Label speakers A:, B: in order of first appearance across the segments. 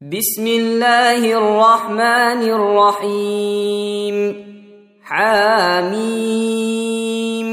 A: بسم الله الرحمن الرحيم. حاميم.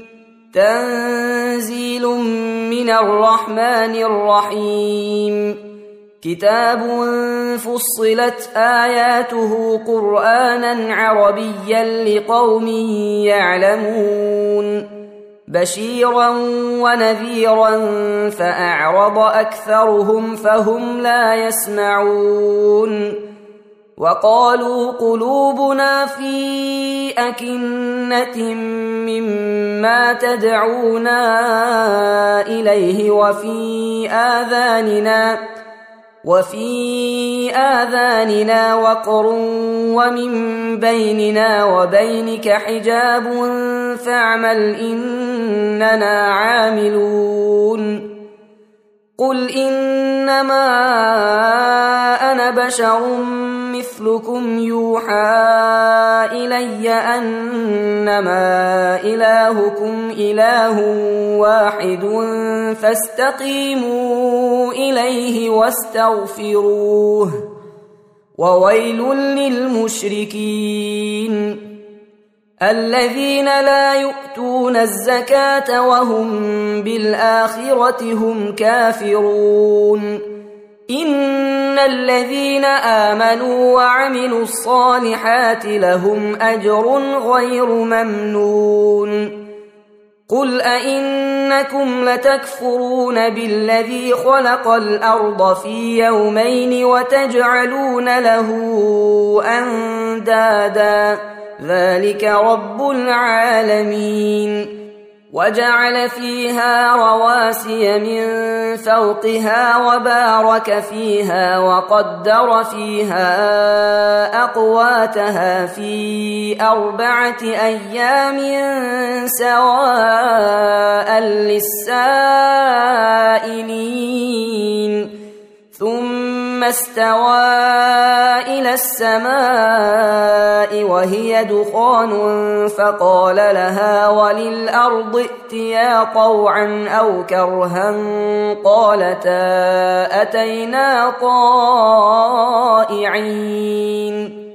A: تنزيل من الرحمن الرحيم. كتاب فصلت آياته قرآنا عربيا لقوم يعلمون بشيرا ونذيرا فأعرض أكثرهم فهم لا يسمعون. وقالوا قلوبنا في أكنة مما تدعونا إليه وفي آذاننا وقر ومن بيننا وبينك حجاب فاعمل إننا عاملون. قل إنما أنا بشر مثلكم يوحى إلي أنما إلهكم إله واحد فاستقيموا إليه واستغفروه وويل للمشركين الذين لا يؤتون الزكاة وهم بالآخرة هم كافرون. إن الذين آمنوا وعملوا الصالحات لهم أجر غير ممنون. قل أئنكم لتكفرون بالذي خلق الأرض في يومين وتجعلون له أندادا ذلك رب العالمين. وجعل فيها رواسي من فوقها وبارك فيها وقدر فيها أقواتها في 4 أيام سواء للسائلين. ثم استوى إلى السماء وهي دخان فقال لها وللأرض ائتيا طوعا أو كرها قالتا أتينا طائعين.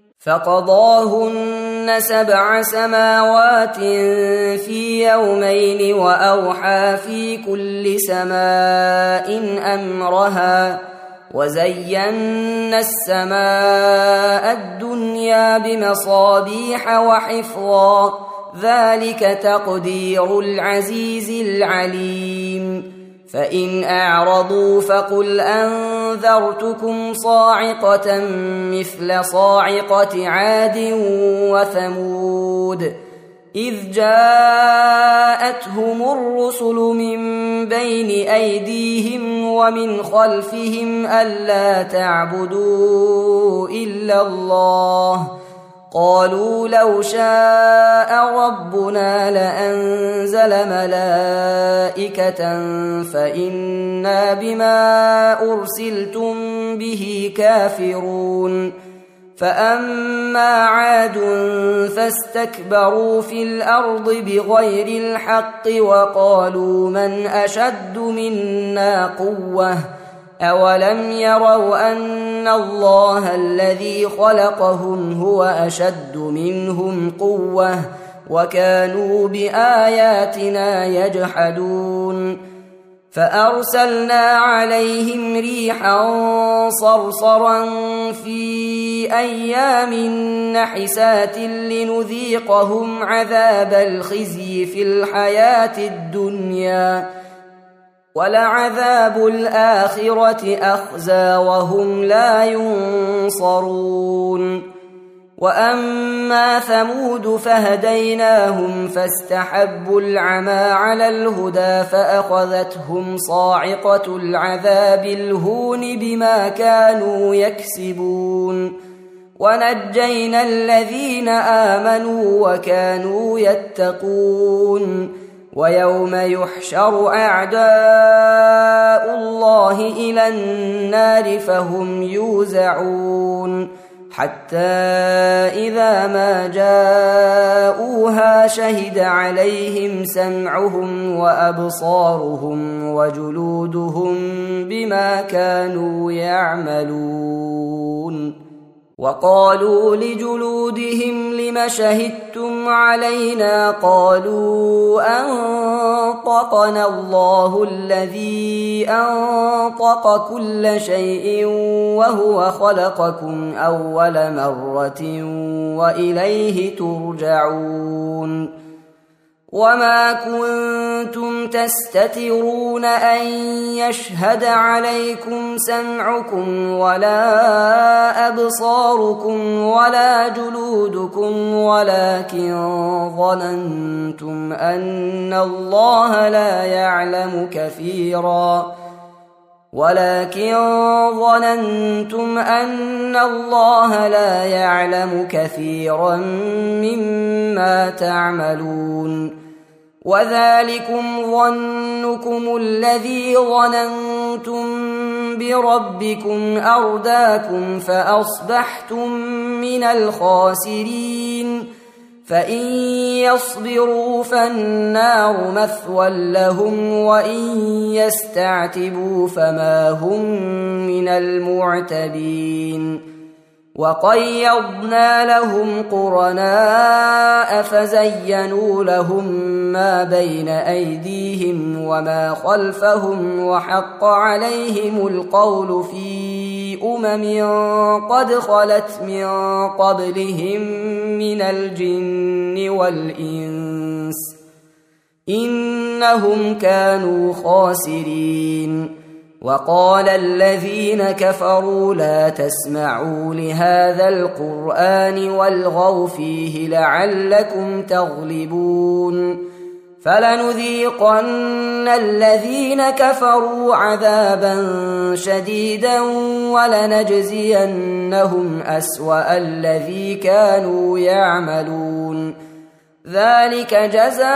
A: فقضاهن 7 سماوات في يومين وأوحى في كل سماء أمرها وزينا السماء الدنيا بمصابيح وحفظا ذلك تقدير العزيز العليم. فإن أعرضوا فقل أنذرتكم صاعقة مثل صاعقة عاد وثمود إذ جاءتهم الرسل من بين أيديهم ومن خلفهم ألا تعبدوا إلا الله قالوا لو شاء ربنا لأنزل ملائكة فإنا بما أرسلتم به كافرون. فأما عاد فاستكبروا في الأرض بغير الحق وقالوا من أشد منا قوة أولم يروا أن الله الذي خلقهم هو أشد منهم قوة وكانوا بآياتنا يجحدون. فأرسلنا عليهم ريحا صرصرا في أيام نحسات لنذيقهم عذاب الخزي في الحياة الدنيا ولعذاب الآخرة أخزى وهم لا ينصرون. وأما ثمود فهديناهم فاستحبوا العمى على الهدى فأخذتهم صاعقة العذاب الهون بما كانوا يكسبون. ونجينا الذين آمنوا وكانوا يتقون. ويوم يحشر أعداء الله إلى النار فهم يوزعون حتى إذا ما جاءوها شهد عليهم سمعهم وأبصارهم وجلودهم بما كانوا يعملون. وقالوا لجلودهم لم شهدتم علينا؟ قالوا أنطقنا الله الذي أنطق كل شيء وهو خلقكم أول مرة وإليه ترجعون. وما كنتم تستترون أن يشهد عليكم سمعكم ولا أبصاركم ولا جلودكم ولكن ظننتم أن الله لا يعلم كثيرا مما تعملون. وذلكم ظنكم الذي ظننتم بربكم أرداكم فأصبحتم من الخاسرين. فإن يصبروا فالنار مثوى لهم وإن يستعتبوا فما هم من المعتبين. وقيضنا لهم قرناء فزينوا لهم ما بين أيديهم وما خلفهم وحق عليهم القول في قد خلت من قبلهم من الجن والإنس إنهم كانوا خاسرين. وقال الذين كفروا لا تسمعوا لهذا القرآن والغوا فيه لعلكم تغلبون. فلنذيقن الذين كفروا عذابا شديدا ولنجزينهم أسوأ الذي كانوا يعملون. ذلك جزاء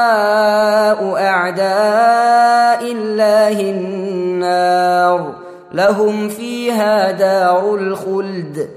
A: أعداء الله النار لهم فيها دار الخلد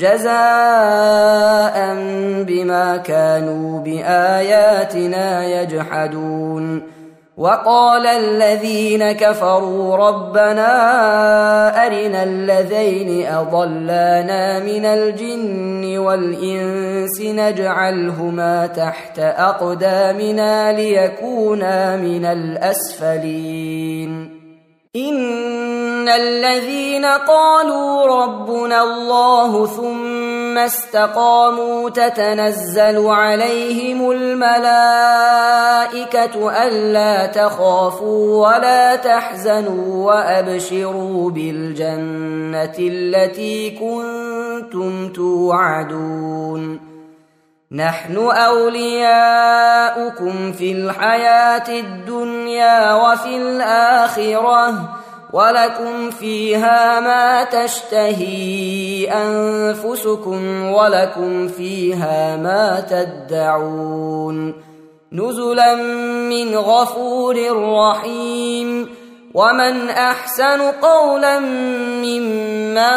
A: جزاء بما كانوا بآياتنا يجحدون. وقال الذين كفروا ربنا أرنا الذين أضلانا من الجن والإنس نجعلهما تحت أقدامنا ليكونا من الأسفلين. إن الذين قالوا ربنا الله ثم استقاموا تتنزل عليهم الملائكة ألا تخافوا ولا تحزنوا وأبشروا بالجنة التي كنتم توعدون. نحن أولياؤكم في الحياة الدنيا وفي الآخرة ولكم فيها ما تشتهي أنفسكم ولكم فيها ما تدعون. نزلا من غفور رحيم. ومن أحسن قولا ممن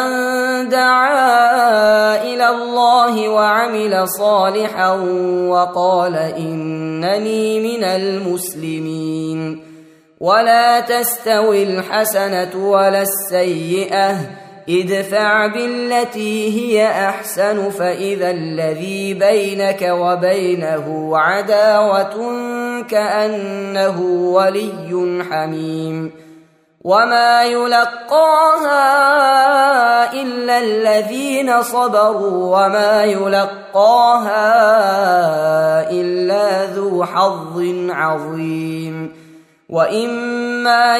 A: دعا إلى الله وعمل صالحا وقال إنني من المسلمين. ولا تستوي الحسنة ولا السيئة ادفع بالتي هي أحسن فإذا الذي بينك وبينه عداوة كأنه ولي حميم. وما يلقاها إلا الذين صبروا وما يلقاها إلا ذو حظ عظيم. وإما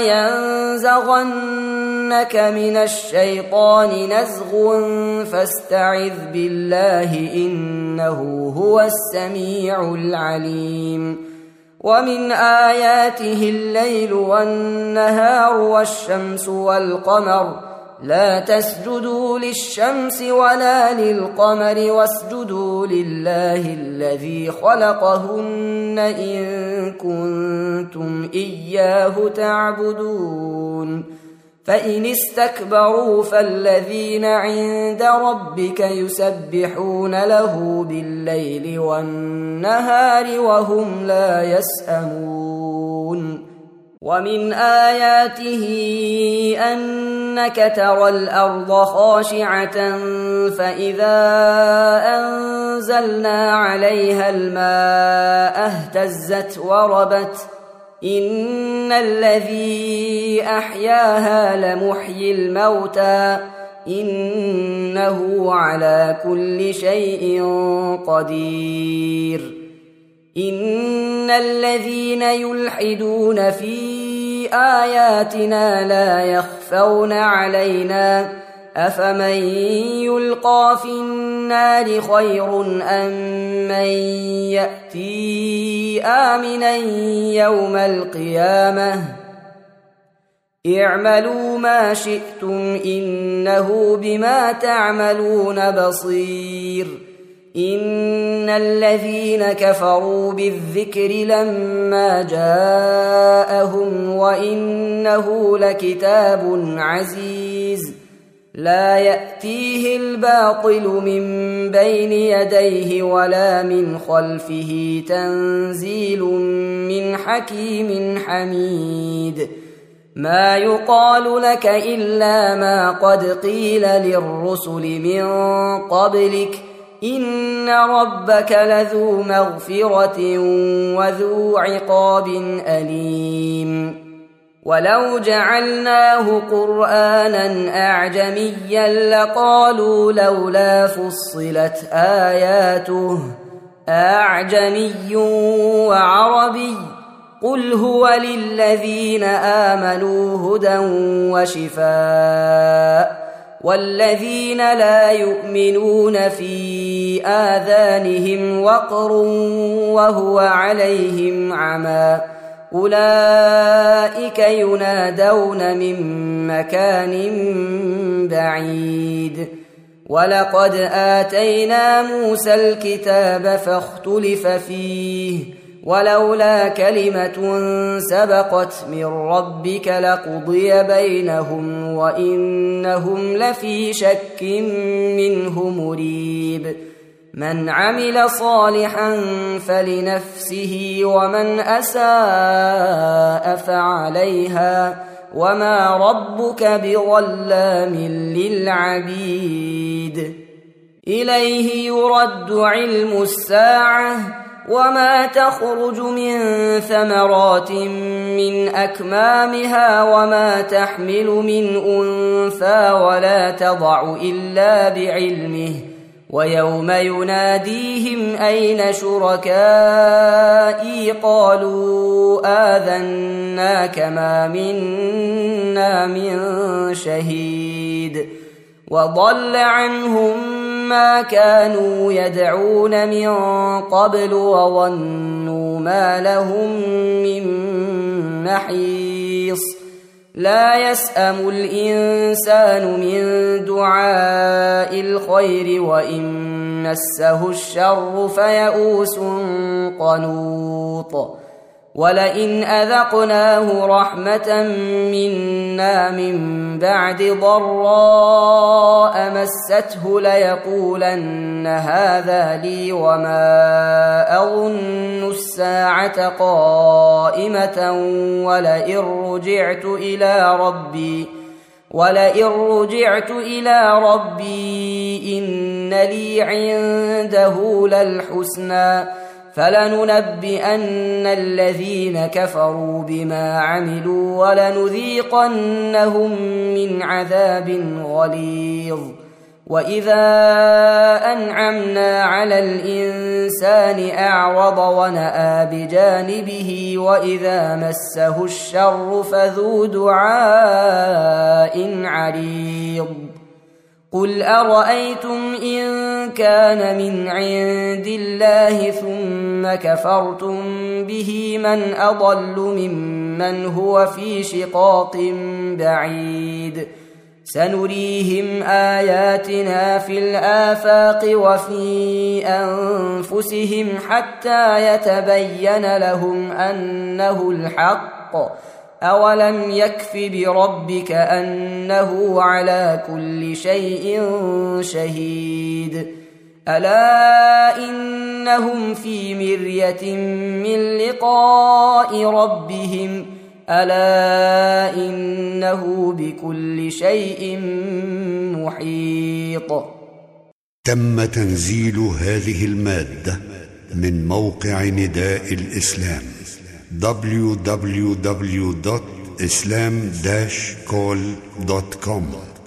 A: ينزغنك من الشيطان نزغ فاستعذ بالله إنه هو السميع العليم. ومن آياته الليل والنهار والشمس والقمر لا تسجدوا للشمس ولا للقمر واسجدوا لله الذي خلقهن إن كنتم إياه تعبدون. فإن استكبروا فالذين عند ربك يسبحون له بالليل والنهار وهم لا يسأمون ومن آياته أنك ترى الأرض خاشعة فإذا أنزلنا عليها الماء اهتزت وربت إن الذي أحياها لمحيي الموتى إنه على كل شيء قدير إن الذين يلحدون في آياتنا لا يخفون علينا أفمن يلقى في النار خير أم من يأتي آمنا يوم القيامة اعملوا ما شئتم إنه بما تعملون بصير إن الذين كفروا بالذكر لما جاءهم وإنه لكتاب عزيز لا يأتيه الباطل من بين يديه ولا من خلفه تنزيل من حكيم حميد ما يقال لك إلا ما قد قيل للرسل من قبلك إن ربك لذو مغفرة وذو عقاب أليم ولو جعلناه قرآنا أعجميا لقالوا لولا فصلت آياته أعجمي وعربي قل هو للذين آمنوا هدى وشفاء والذين لا يؤمنون في آذانهم وقر وهو عليهم عمى أولئك ينادون من مكان بعيد ولقد آتينا موسى الكتاب فاختلف فيه ولولا كلمة سبقت من ربك لقضي بينهم وإنهم لفي شك منه مريب من عمل صالحا فلنفسه ومن أساء فعليها وما ربك بظلام للعبيد إليه يرد علم الساعة وما تخرج من ثمرات من أكمامها وما تحمل من أنثى ولا تضع إلا بعلمه ويوم يناديهم أين شركائي قالوا آذناك ما منا من شهيد وضل عنهم ما كانوا يدعون من قبل وظنوا ما لهم من محيص لا يسأم الإنسان من دعاء الخير وإن مسه الشر فيئوس قنوط ولئن أذقناه رحمة منا من بعد ضراء مسته ليقولن هذا لي وما أظن الساعة قائمة ولئن رجعت إلى ربي إن لي عنده للحسنى فلننبئن الذين كفروا بما عملوا ولنذيقنهم من عذاب غليظ وإذا أنعمنا على الإنسان أعرض ونأى بجانبه وإذا مسه الشر فذو دعاء عريض قل أرأيتم إن كان من عند الله ثم كفرتم به من أضل ممن هو في شقاق بعيد سنريهم آياتنا في الآفاق وفي أنفسهم حتى يتبين لهم أنه الحق أولم يكف بربك أنه على كل شيء شهيد ألا إنهم في مرية من لقاء ربهم ألا إنه بكل شيء محيط.
B: تم تنزيل هذه المادة من موقع نداء الإسلام www.islam-call.com